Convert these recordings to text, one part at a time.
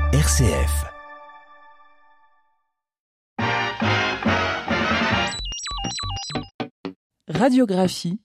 RCF. Radiographie.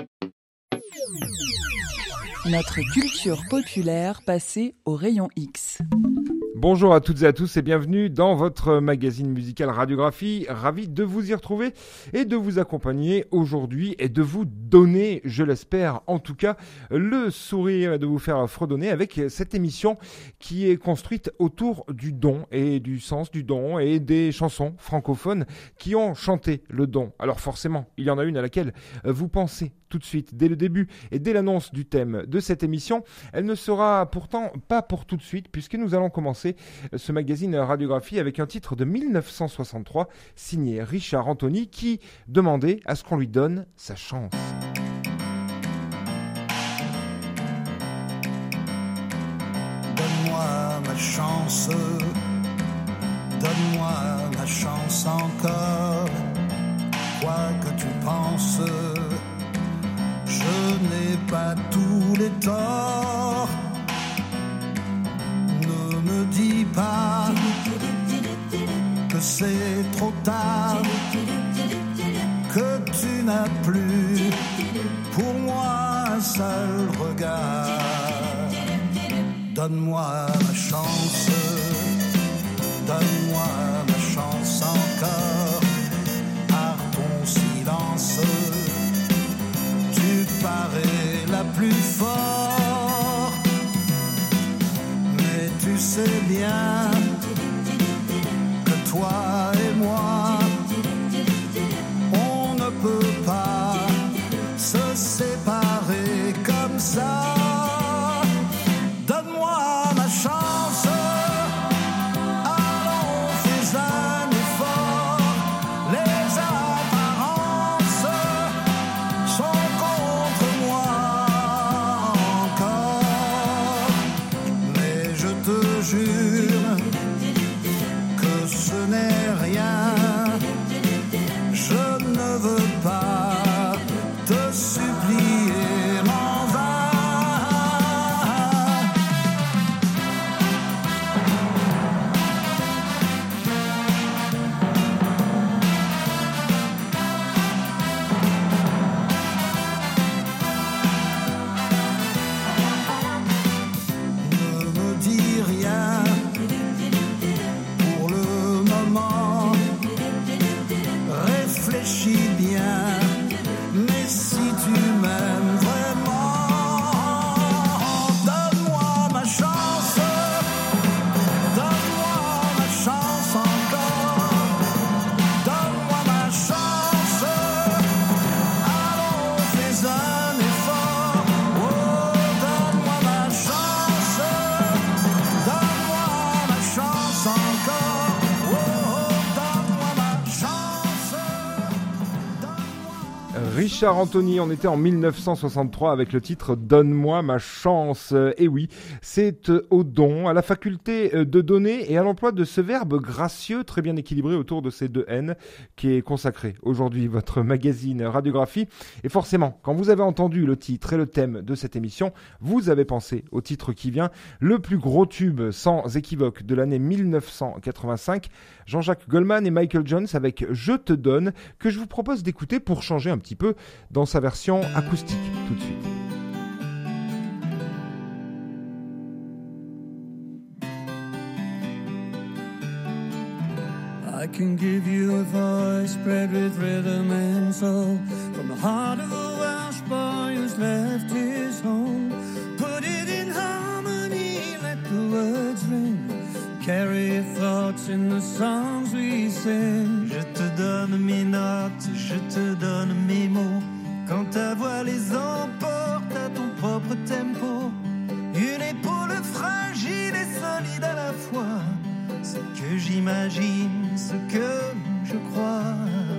Notre culture populaire passée au rayon X. Bonjour à toutes et à tous et bienvenue dans votre magazine musical Radiographie. Ravi de vous y retrouver et de vous accompagner aujourd'hui et de vous donner, je l'espère en tout cas, le sourire et de vous faire fredonner avec cette émission qui est construite autour du don et du sens du don et des chansons francophones qui ont chanté le don. Alors forcément, il y en a une à laquelle vous pensez tout de suite, dès le début et dès l'annonce du thème de cette émission. Elle ne sera pourtant pas pour tout de suite puisque nous allons commencer ce magazine Radiographie avec un titre de 1963 signé Richard Anthony qui demandait à ce qu'on lui donne sa chance. Donne-moi ma chance, donne-moi ma chance encore, quoi que tu penses. Je n'ai pas tous les torts. Ne me dis pas que c'est trop tard, que tu n'as plus pour moi un seul regard. Donne-moi ma chance, donne-moi ma chance encore, par ton silence. Tu parais la plus forte, mais tu sais bien que toi et moi, on ne peut pas se séparer comme ça. Donne-moi ma chance, allons fais un effort, les apparences sont jure que ce n'est rien. Je ne veux pas te supplier en vain. Ne me dis rien pour le moment. Réfléchis bien, mais si tu m'aimes vraiment, donne-moi ma chance, donne-moi ma chance encore, donne-moi ma chance, allons fais un effort, oh, donne-moi ma chance, donne-moi ma chance encore, oh, donne-moi ma chance, Richard Anthony, on était en 1963 avec le titre « Donne-moi ma chance ». Et oui, c'est au don, à la faculté de donner et à l'emploi de ce verbe gracieux, très bien équilibré autour de ces deux N, qui est consacré aujourd'hui votre magazine Radiographie. Et forcément, quand vous avez entendu le titre et le thème de cette émission, vous avez pensé au titre qui vient, le plus gros tube sans équivoque de l'année 1985, Jean-Jacques Goldman et Michael Jones avec « Je te donne », que je vous propose d'écouter pour changer un petit peu dans sa version acoustique tout de suite. I can give you a voice spread with rhythm and soul, from the heart of a Welsh boy who's left his home. Put it in harmony, let the words ring, carry your thoughts in the songs we sing. Je te donne mes notes, je te donne mes mots, quand ta voix les emporte à ton propre tempo. Une épaule fragile et solide à la fois, ce que j'imagine, ce que je crois.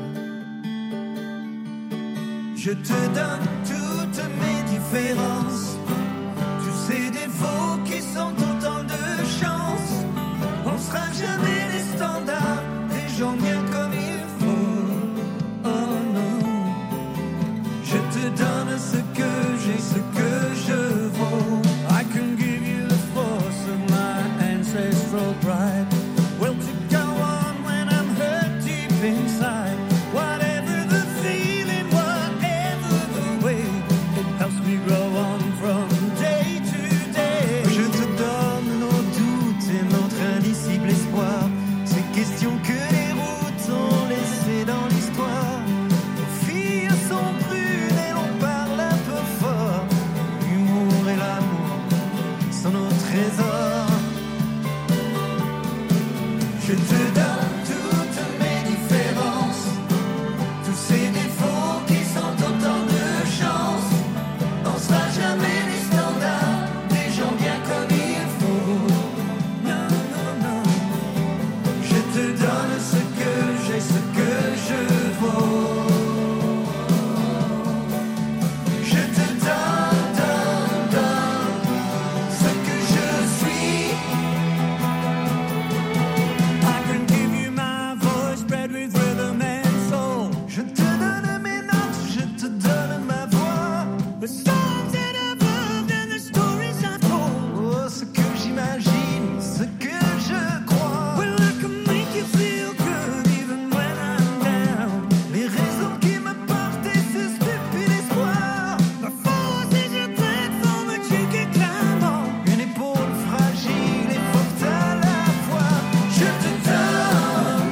Je te donne toutes mes différences, tous ces défauts qui sont autant de chance. On sera jamais les standards, des gens bien comme il faut. Oh non, je te donne ce que j'ai, ce que je vaux. I can give you the force of my ancestral trésor. Je te donne toutes mes différences, tous ces défauts qui sont autant de chance. On sera jamais les standards des gens bien comme il faut. Non, non, non. Je te donne ce que j'ai, ce que je vaux. Je te donne ce que je suis. I can give you my voice spread with rhythm and soul. Je te donne mes notes, je te donne ma voix. The songs that I've loved and the stories I've told. Oh, ce que j'imagine, ce que je crois. Well, I can make you feel good even when I'm down. Les raisons qui me portent et ce stupide espoir. The force is your platform that you can climb on. Une épaule fragile et forte à la fois. Je te donne,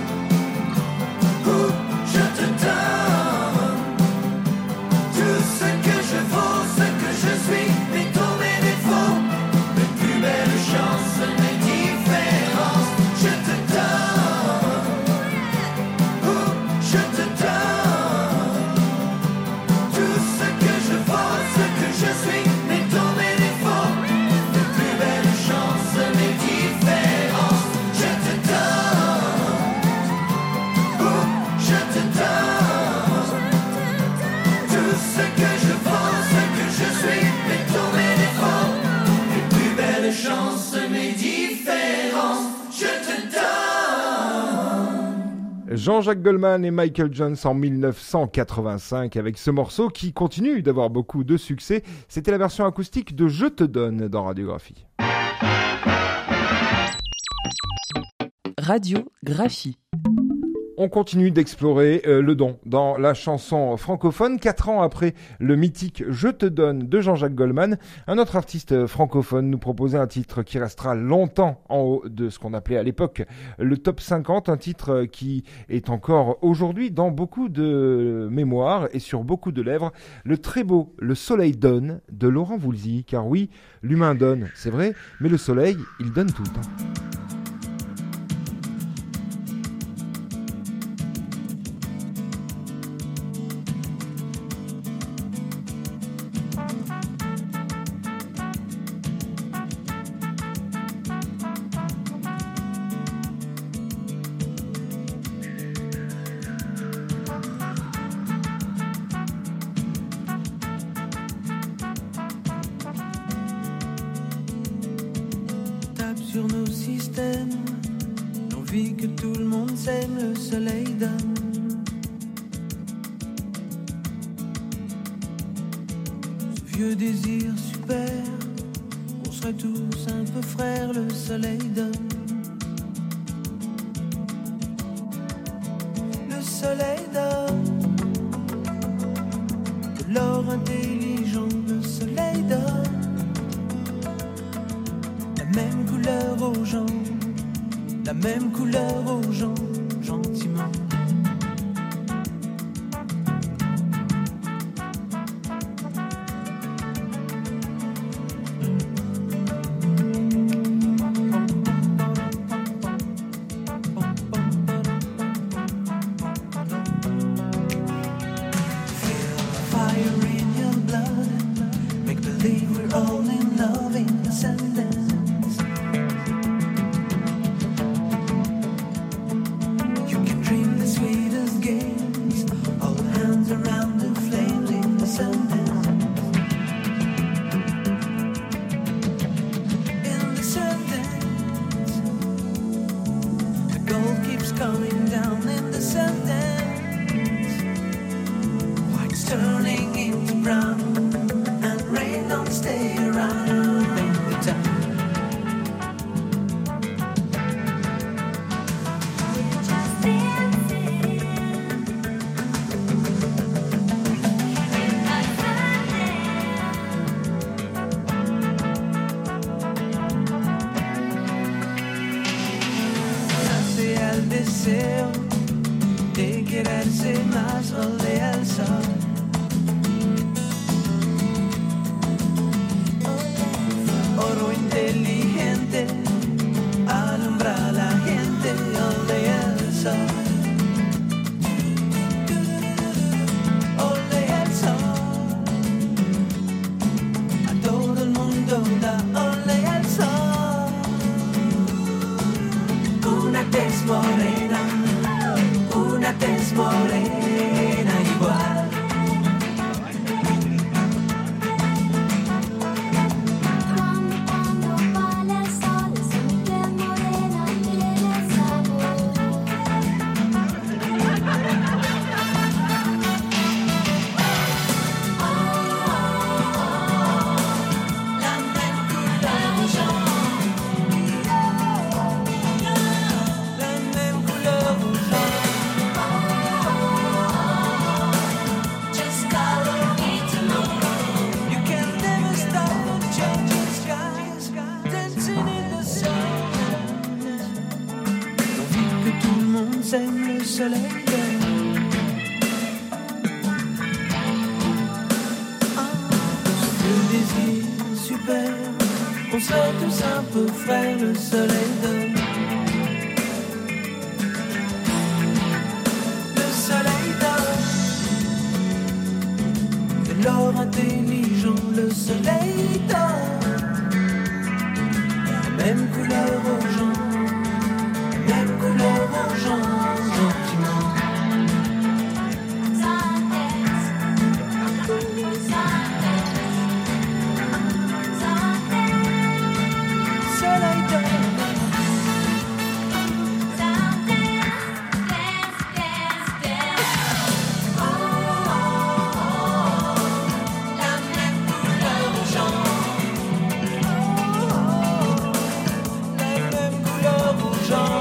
je te donne tout ce que je vaux, ce que je suis, mes tours, mes défauts, mes plus belles chances, mes différences. Je te donne, je te donne tout ce que je vaux, ce que je suis, mes tours, mes défauts, mes plus belles chances, mes différences. Je te donne, je te donne tout ce que je vaux, ce que je suis, mes tours, mes défauts, mes plus belles chances, mes différences. Je te donne. Jean-Jacques Goldman et Michael Jones en 1985 avec ce morceau qui continue d'avoir beaucoup de succès. C'était la version acoustique de Je te donne dans Radiographie. Radiographie. On continue d'explorer le don dans la chanson francophone. 4 ans après le mythique Je te donne de Jean-Jacques Goldman, un autre artiste francophone nous proposait un titre qui restera longtemps en haut de ce qu'on appelait à l'époque le top 50, un titre qui est encore aujourd'hui dans beaucoup de mémoires et sur beaucoup de lèvres, le très beau Le Soleil donne de Laurent Voulzy. Car oui, l'humain donne, c'est vrai, mais le soleil, il donne tout le temps. Tape sur nos systèmes, l'envie que tout le monde s'aime, le soleil donne. Ce vieux désir super, qu'on serait tous un peu frères, le soleil donne. Le soleil donne de l'or intelligent, le soleil donne la même couleur aux gens, la même couleur aux gens, gentiment. Feel the fire in your blood, make believe we're all in love in the sentence. You can dream the sweetest games, all hands around the flames in the sentence. In the sentence, the gold keeps coming down in the sentence. White's turning into brown, and rain don't stay around in the town. Hace al deseo de quererse más o de al sol. Oro inteligente tez morena, una tez morena igual. Cuando vale el sol, su piel morena tiene sabor. La même couleur au jaune, la même couleur au jaune. Just color me tomorrow. You can never stop the changing skies, dancing in the sun. Envie que tout le monde sème le soleil. Le désir super, on soit tous un peu frères, le soleil donne. Le soleil donne de l'or intelligent, le soleil donne la même couleur aux gens, même couleur aux gens, gentiment. Soleil donne. La même couleur aux gens, la même couleur aux gens.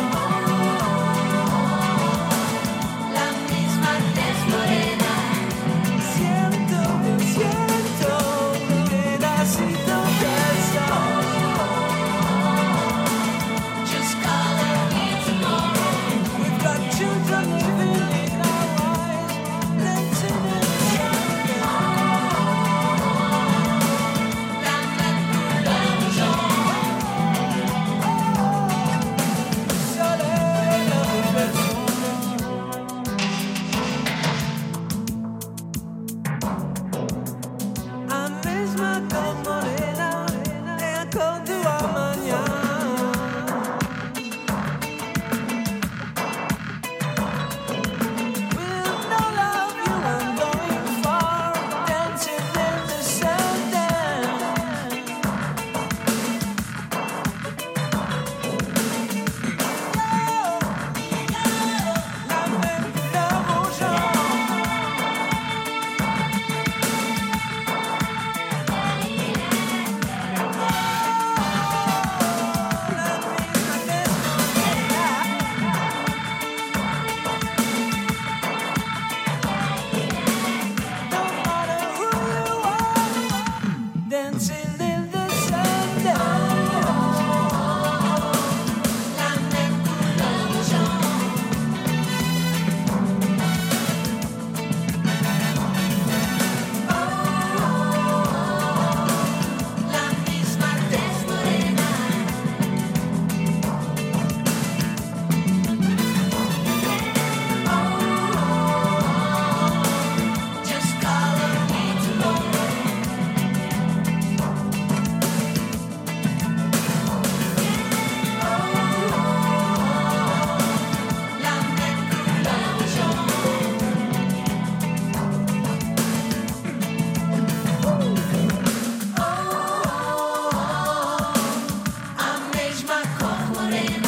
La misma tez morena, siento, siento que nacito casa. Just color me tomorrow. We've got children living in our eyes, dancing in the sun. La même couleur aux gens, soleil, la réflexion. A mesma cor morena é a cor do amanhã. With no love you I'm going far, dancing in the sun. La même couleur aux gens. Dancing in the sun, la même couleur aux gens. La misma tez morena. Just color me tomorrow. La même couleur aux gens. A mesma cor morena.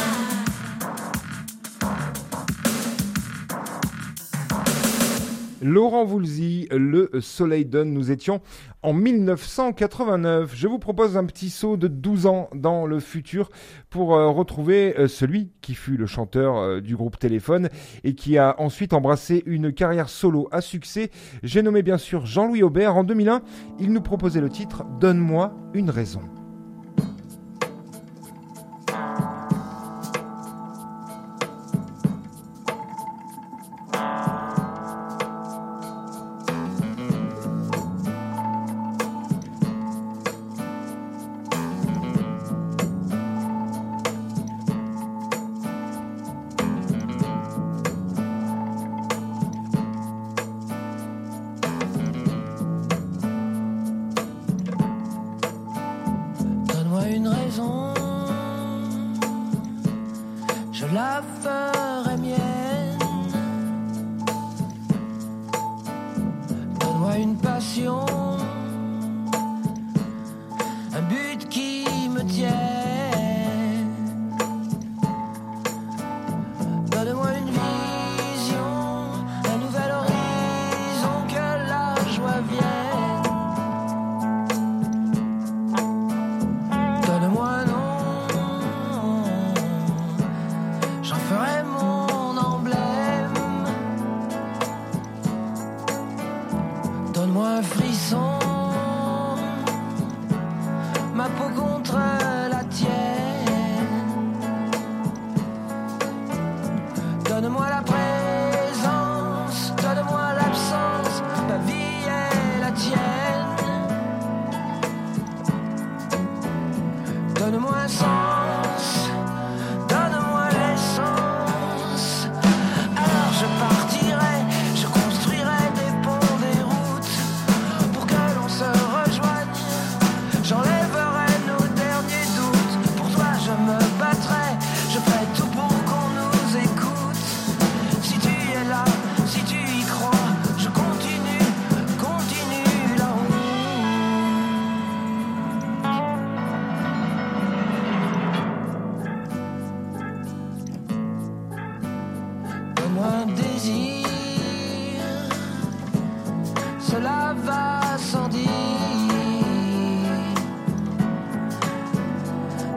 Laurent Voulzy, Le Soleil donne. Nous étions en 1989. Je vous propose un petit saut de 12 ans dans le futur pour retrouver celui qui fut le chanteur du groupe Téléphone et qui a ensuite embrassé une carrière solo à succès. J'ai nommé bien sûr Jean-Louis Aubert. En 2001, il nous proposait le titre « Donne-moi une raison ».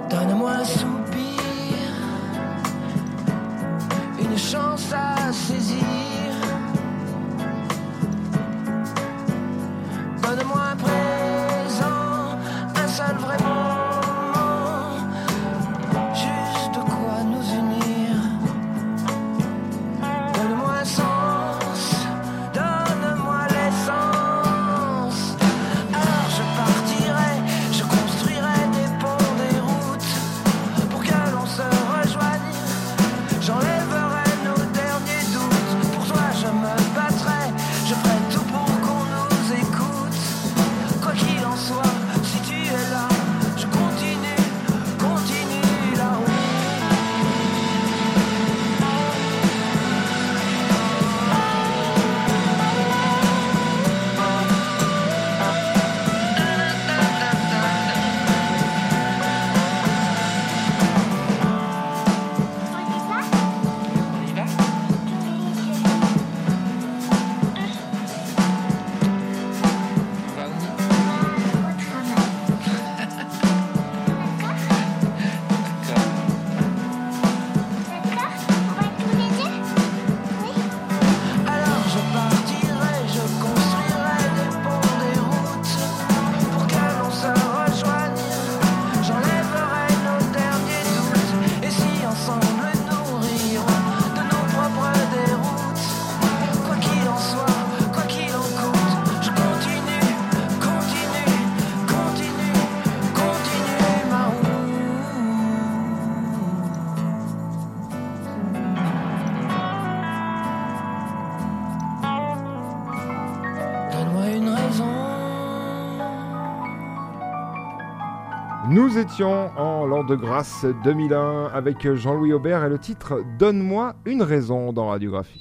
Donne-moi un soupir, une chance à saisir. Donne-moi un présent, un seul vrai moment, juste de quoi nous unir. Donne-moi un sens, donne-moi l'essence. Alors je partirai, je construirai des ponts, des routes, pour que l'on se rejoigne. J'enlèverai nos derniers doutes. Pour toi je me battrai, je ferai tout pour qu'on nous écoute. Quoi qu'il en soit, si tu es là, je continue, continue la route. Alors je partirai, je construirai des ponts, des routes, pour que l'on se rejoigne. J'enlèverai nos derniers doutes, et si ensemble nous rirons de nos propres déroutes. Quoi qu'il en soit, quoi qu'il en coûte, je continue, continue, continue, continue ma route. Donne-moi une raison. Nous étions en l'an de grâce 2001 avec Jean-Louis Aubert et le titre « Donne-moi une raison » dans Radiographie.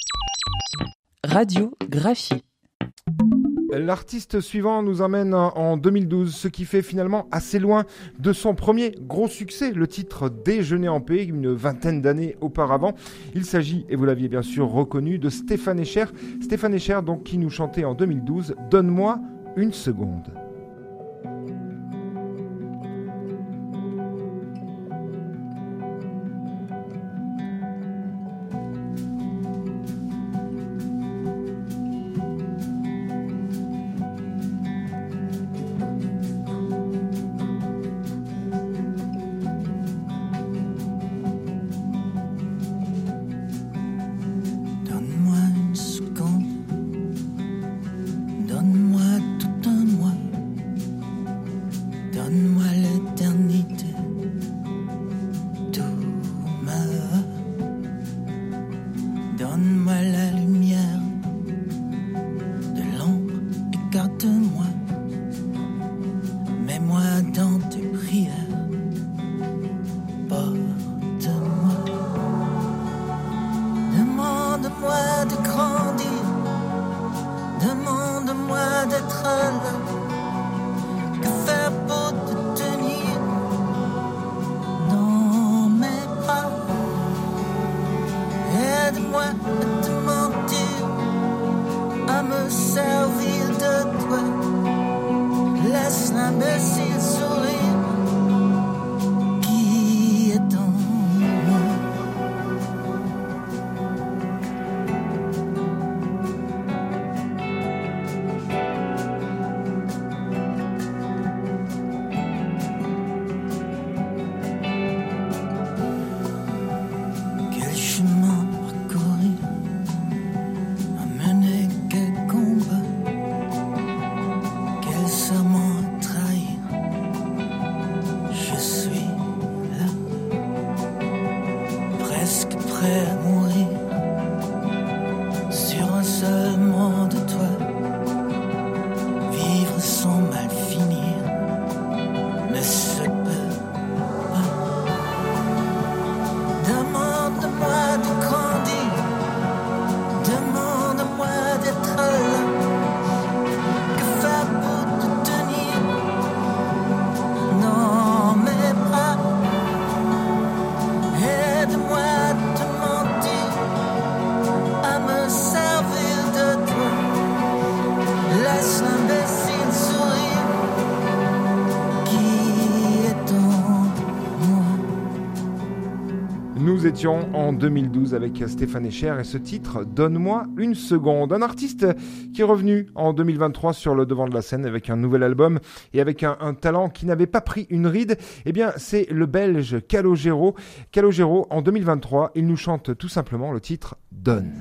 Radiographie. L'artiste suivant nous emmène en 2012, ce qui fait finalement assez loin de son premier gros succès, le titre « Déjeuner en paix », une vingtaine d'années auparavant. Il s'agit, et vous l'aviez bien sûr reconnu, de Stéphane Echer. Stéphane Echer, donc, qui nous chantait en 2012 « Donne-moi une seconde ». Donne-moi une seconde, donne-moi tout un mois, donne-moi l'éternité, tout me va. Donne-moi la lumière de l'ombre, écarte-moi, mets-moi dans tes prières, porte-moi. Demande-moi de grandir, demande-moi d'être là. Que faire pour te tenir dans mes bras? Aide-moi à te mentir, à me servir de toi. Laisse l'imbécile sourire qui est en moi. Quel chemin parcourir, à mener quel combat, quel serment trahir. Je suis là, presque prêt à mourir, sur un seul mot de toi. Vivre sans mal finir ne se peut pas. Demande-moi de grandir, demande-moi d'être là. Que faire pour te tenir dans mes bras? Aide-moi à te mentir. Nous étions en 2012 avec Stéphane Echer et ce titre Donne-moi une seconde. Un artiste qui est revenu en 2023 sur le devant de la scène avec un nouvel album et avec un talent qui n'avait pas pris une ride. Eh bien, c'est le Belge Calogero. Calogero, en 2023, il nous chante tout simplement le titre Donne.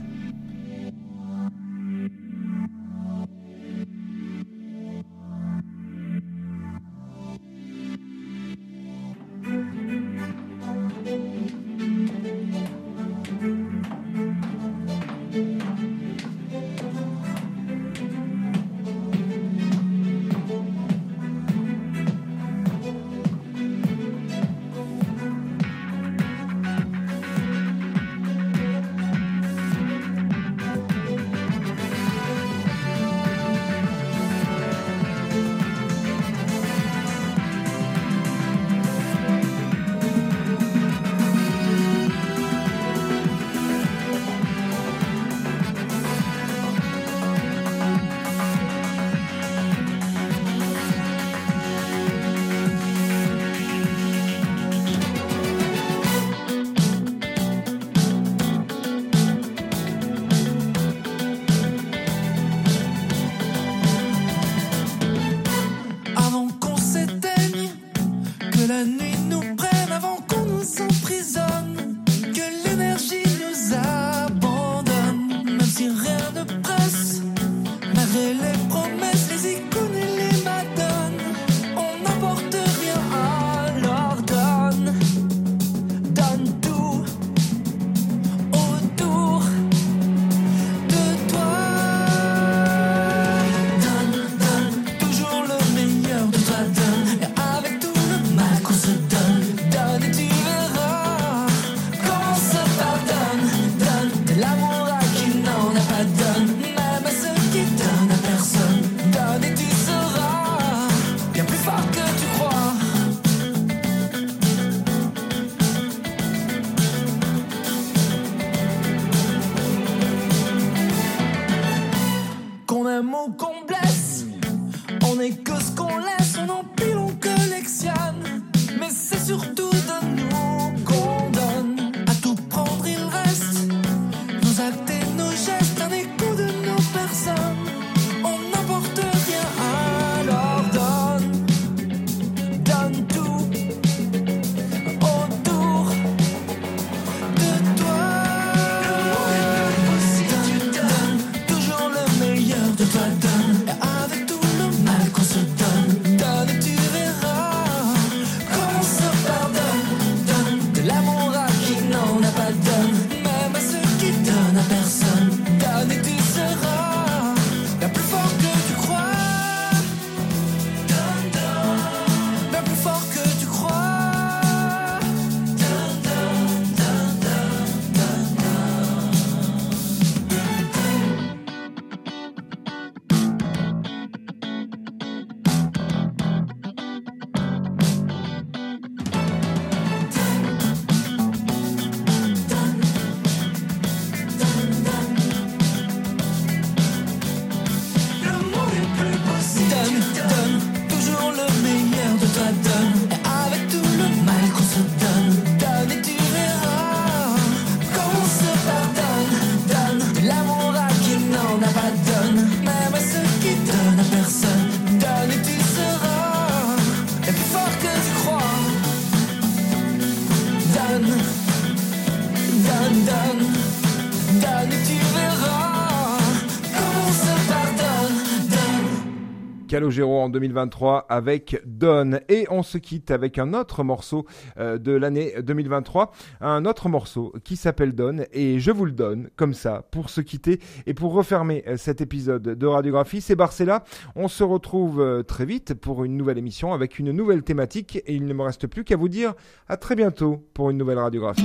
Calogero en 2023 avec Donne. Et on se quitte avec un autre morceau de l'année 2023. Un autre morceau qui s'appelle Donne. Et je vous le donne comme ça pour se quitter et pour refermer cet épisode de Radiographie. C'est Barcella. On se retrouve très vite pour une nouvelle émission avec une nouvelle thématique. Et il ne me reste plus qu'à vous dire à très bientôt pour une nouvelle Radiographie.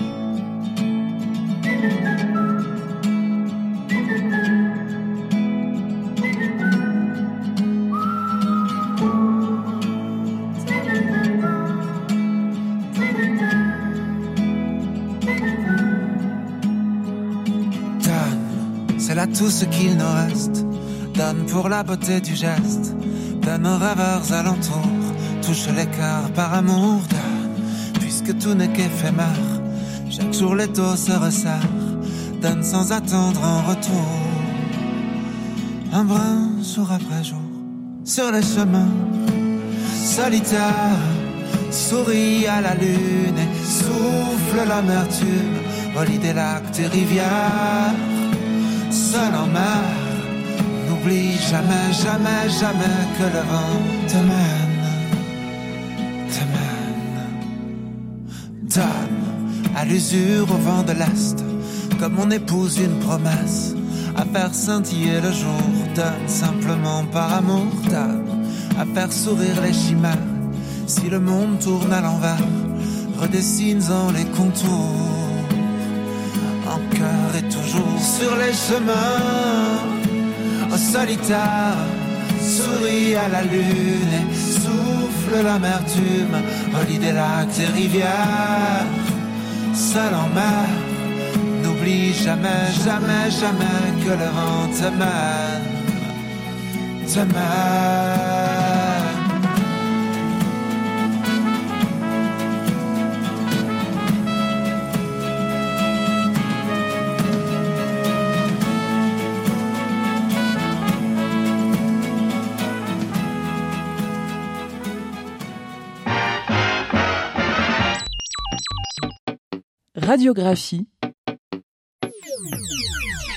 C'est là tout ce qu'il nous reste. Donne pour la beauté du geste. Donne aux rêveurs alentours. Touche les cœurs par amour. Donne, puisque tout n'est qu'éphémère. Chaque jour l'étau se resserre, donne sans attendre un retour. Un brin jour après jour, sur les chemins solitaires, sourit à la lune et souffle l'amertume, relie des lacs, des rivières. Seul en mer, n'oublie jamais, jamais, jamais que le vent te mène, te mène. Donne à l'usure au vent de l'Est, comme on épouse une promesse, à faire scintiller le jour. Donne simplement par amour, donne à faire sourire les chimères. Si le monde tourne à l'envers, redessine-en les contours. Encore et toujours sur les chemins, au solitaire, sourit à la lune et souffle l'amertume, relie des lacs, des rivières. Seul en mer, n'oublie jamais, jamais, jamais que le vent te mène, te mène. Radiographie